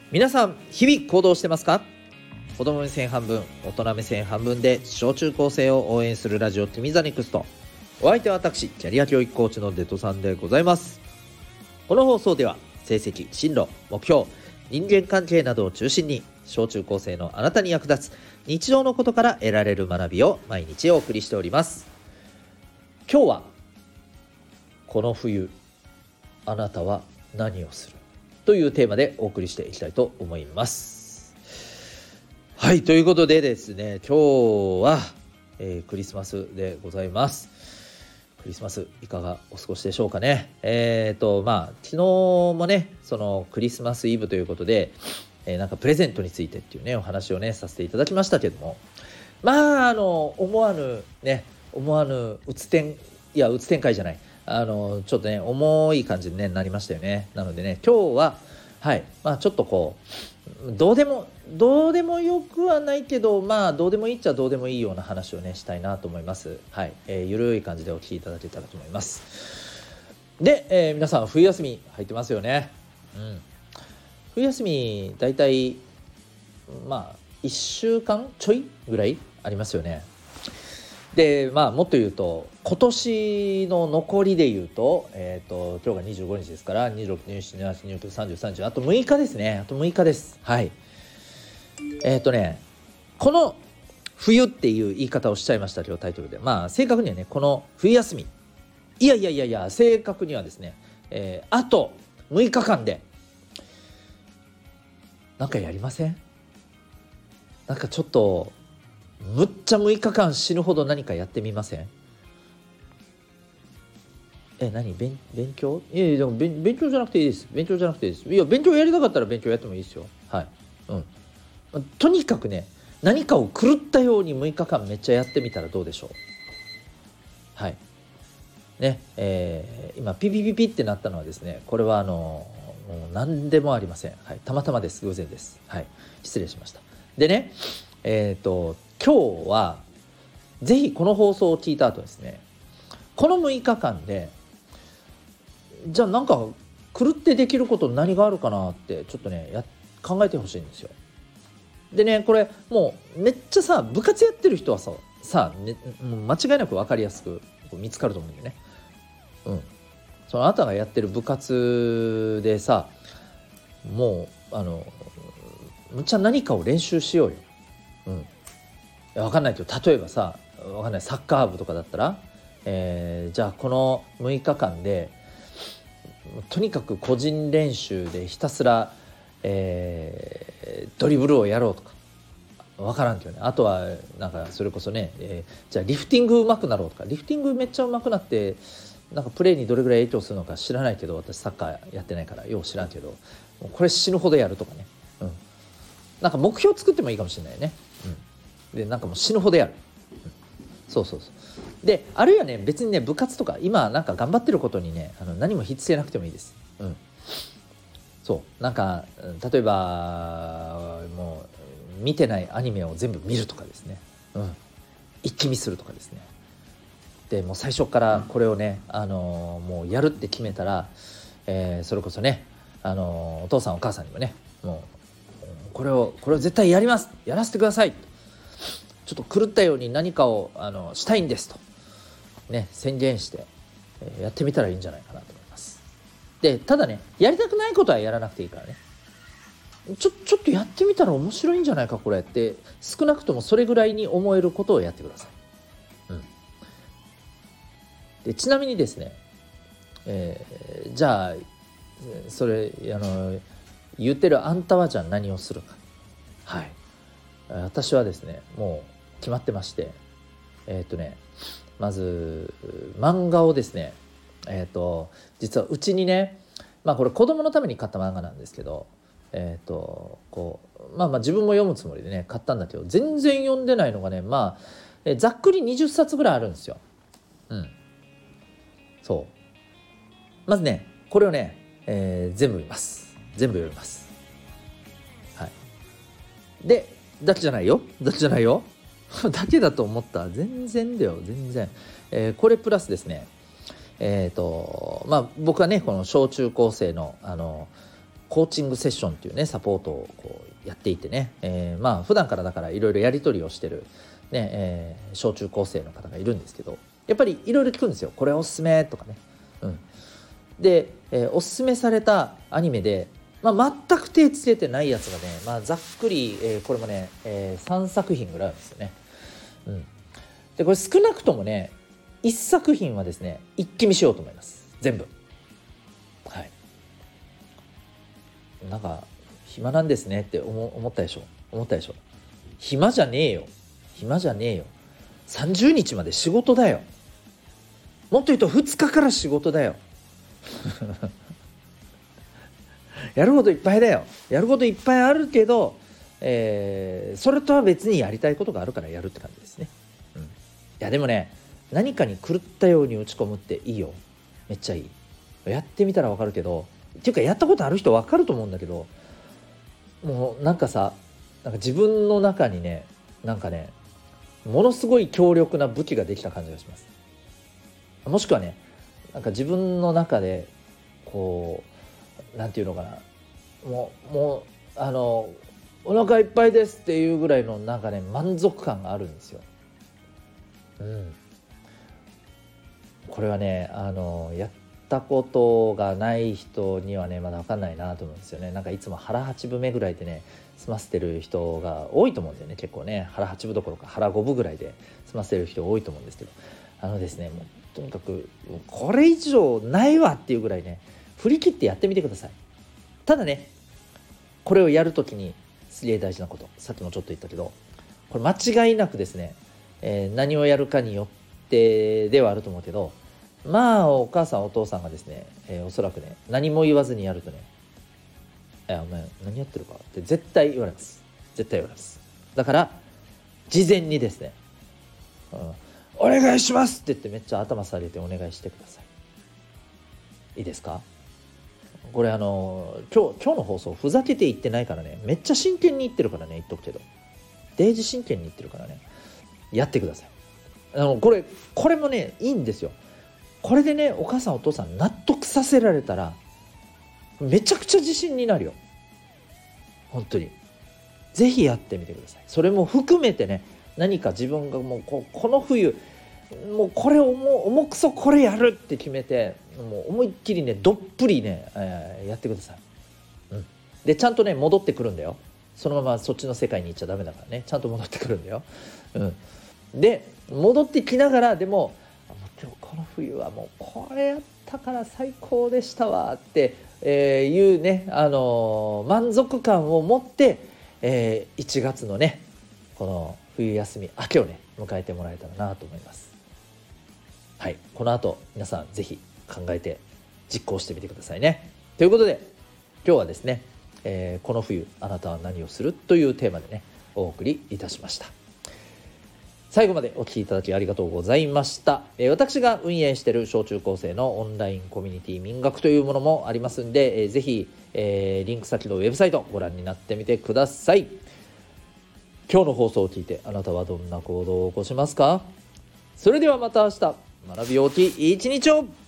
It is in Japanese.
皆さん日々行動してますか？子供目線半分、大人目線半分で小中高生を応援するラジオティミザネクスト。お相手は私、キャリア教育コーチのデトさんでございます。この放送では成績、進路、目標、人間関係などを中心に小中高生のあなたに役立つ日常のことから得られる学びを毎日お送りしております。今日はこの冬あなたは何をするというテーマでお送りしていきたいと思います。はい、ということでですね、今日は、クリスマスでございます。クリスマスいかがお過ごしでしょうかね。昨日もね、そのクリスマスイブということで、なんかプレゼントについてっていうねお話をねさせていただきましたけども、思わぬうつ展開じゃない、ちょっとね重い感じに、ね、なりましたよね。なのでね、今日はちょっとこうどうでもよくはないけど、どうでもいいっちゃどうでもいいような話をねしたいなと思います。ゆるい感じでお聞きいただけたらと思います。で、皆さん冬休み入ってますよね。冬休みだいたい1週間ちょいぐらいありますよね。でもっと言うと今年の残りで言うと、今日が25日ですから26、27、28、29、30、30、あと6日ですね。あと6日です。この冬っていう言い方をしちゃいましたけど、タイトルで正確にはね、この冬休み、正確にはですね、あと6日間でなんかやりません？なんかちょっとむっちゃ6日間死ぬほど何かやってみません？勉強？でも勉強じゃなくていいです。勉強やりたかったら勉強やってもいいですよ。とにかくね、何かを狂ったように6日間めっちゃやってみたらどうでしょう。今ピピピピってなったのはですね、これはもう何でもありません。たまたまです。偶然です。失礼しました。でね、今日はぜひこの放送を聞いた後ですね、この6日間でじゃあなんか狂ってできること何があるかなってちょっとね考えてほしいんですよ。でね、これもうめっちゃ部活やってる人はもう間違いなく分かりやすく見つかると思うんだよね。そのあなたがやってる部活でもうむっちゃ何かを練習しようよ。分かんないけど、例えば分かんないサッカー部とかだったら、じゃあこの6日間でとにかく個人練習でひたすら、ドリブルをやろうとか、分からんけどね。あとはなんかそれこそね、じゃあリフティング上手くなろうとか、リフティングめっちゃ上手くなってなんかプレーにどれぐらい影響するのか知らないけど、私サッカーやってないからよう知らんけど、これ死ぬほどやるとかね、なんか目標作ってもいいかもしれないね。でなんかもう死ぬほどやる。そうで、あるいはね、別にね部活とか今なんか頑張ってることにね何もひっつけなくてもいいです。なんか例えばもう見てないアニメを全部見るとかですね、一気見するとかですね。でもう最初からこれをね、もうやるって決めたら、それこそねお父さんお母さんにもね、もうこれを絶対やらせてください、ちょっと狂ったように何かをしたいんですとね宣言して、やってみたらいいんじゃないかなと思います。でただね、やりたくないことはやらなくていいからね、ちょっとやってみたら面白いんじゃないかこれって、少なくともそれぐらいに思えることをやってください。でちなみにですね、じゃあそれ言ってるあんたはじゃあ何をするか。私はですねもう決まってまして、まず漫画をですね、実はうちにね、これ子供のために買った漫画なんですけど、自分も読むつもりでね買ったんだけど、全然読んでないのがね、ざっくり20冊ぐらいあるんですよ。まずねこれをね、全部読みます。でだけじゃないよだけだと思った。全然だよ。これプラスですね、僕はねこの小中高生のコーチングセッションっていうねサポートをこうやっていてね、普段からだからいろいろやり取りをしてる、小中高生の方がいるんですけど、やっぱりいろいろ聞くんですよ。これおすすめとかね、で、おすすめされたアニメで、全く手つけてないやつがね、ざっくり、これもね、3作品ぐらいあるんですよね。でこれ少なくともね1作品はですね一気見しようと思います。全部。なんか暇なんですねって思ったでしょ。暇じゃねえよ。30日まで仕事だよ。もっと言うと2日から仕事だよ。やることいっぱいだよ。やることいっぱいあるけど、それとは別にやりたいことがあるからやるって感じですね。いやでもね、何かに狂ったように打ち込むっていいよ。めっちゃいい。やってみたら分かるけど、っていうかやったことある人分かると思うんだけど、もうなんか自分の中にね、ものすごい強力な武器ができた感じがします。もしくはね、自分の中でこうなんていうのかな、もうお腹いっぱいですっていうぐらいの満足感があるんですよ。これはねやったことがない人にはねまだ分かんないなと思うんですよね。いつも腹8分目ぐらいでね済ませてる人が多いと思うんだよね。結構ね腹8分どころか腹5分ぐらいで済ませてる人多いと思うんですけど、ですね、もうとにかくこれ以上ないわっていうぐらいね振り切ってやってみてください。ただね、これをやるときにすげえ大事なこと、さっきもちょっと言ったけど、これ間違いなくですね、何をやるかによってではあると思うけど、お母さんお父さんがですね、おそらくね何も言わずにやるとね、お前何やってるかって絶対言われます。だから事前にですね、お願いしますって言ってめっちゃ頭下げてお願いしてください。いいですか？これ今日の放送ふざけて言ってないからね、めっちゃ真剣に言ってるからね、言っとくけどデイジ真剣に言ってるからね、やってください。これもねいいんですよ。これでねお母さんお父さん納得させられたらめちゃくちゃ自信になるよ。本当にぜひやってみてください。それも含めてね、何か自分がもうこの冬もうこれを重くそこれやるって決めて、もう思いっきりねどっぷりね、やってください。でちゃんとね戻ってくるんだよ。そのままそっちの世界に行っちゃダメだからね、ちゃんと戻ってくるんだよ。で戻ってきながらでも今日この冬はもうこれやったから最高でしたわって、いうね満足感を持って、1月のねこの冬休み明けをね迎えてもらえたらなと思います。はい、この後皆さんぜひ考えて実行してみてくださいね。ということで今日はですね、この冬あなたは何をするというテーマでねお送りいたしました。最後までお聞きいただきありがとうございました。私が運営している小中高生のオンラインコミュニティ民学というものもありますんで、ぜひ、リンク先のウェブサイトご覧になってみてください。今日の放送を聞いてあなたはどんな行動を起こしますか？それではまた明日、学び大きい一日を。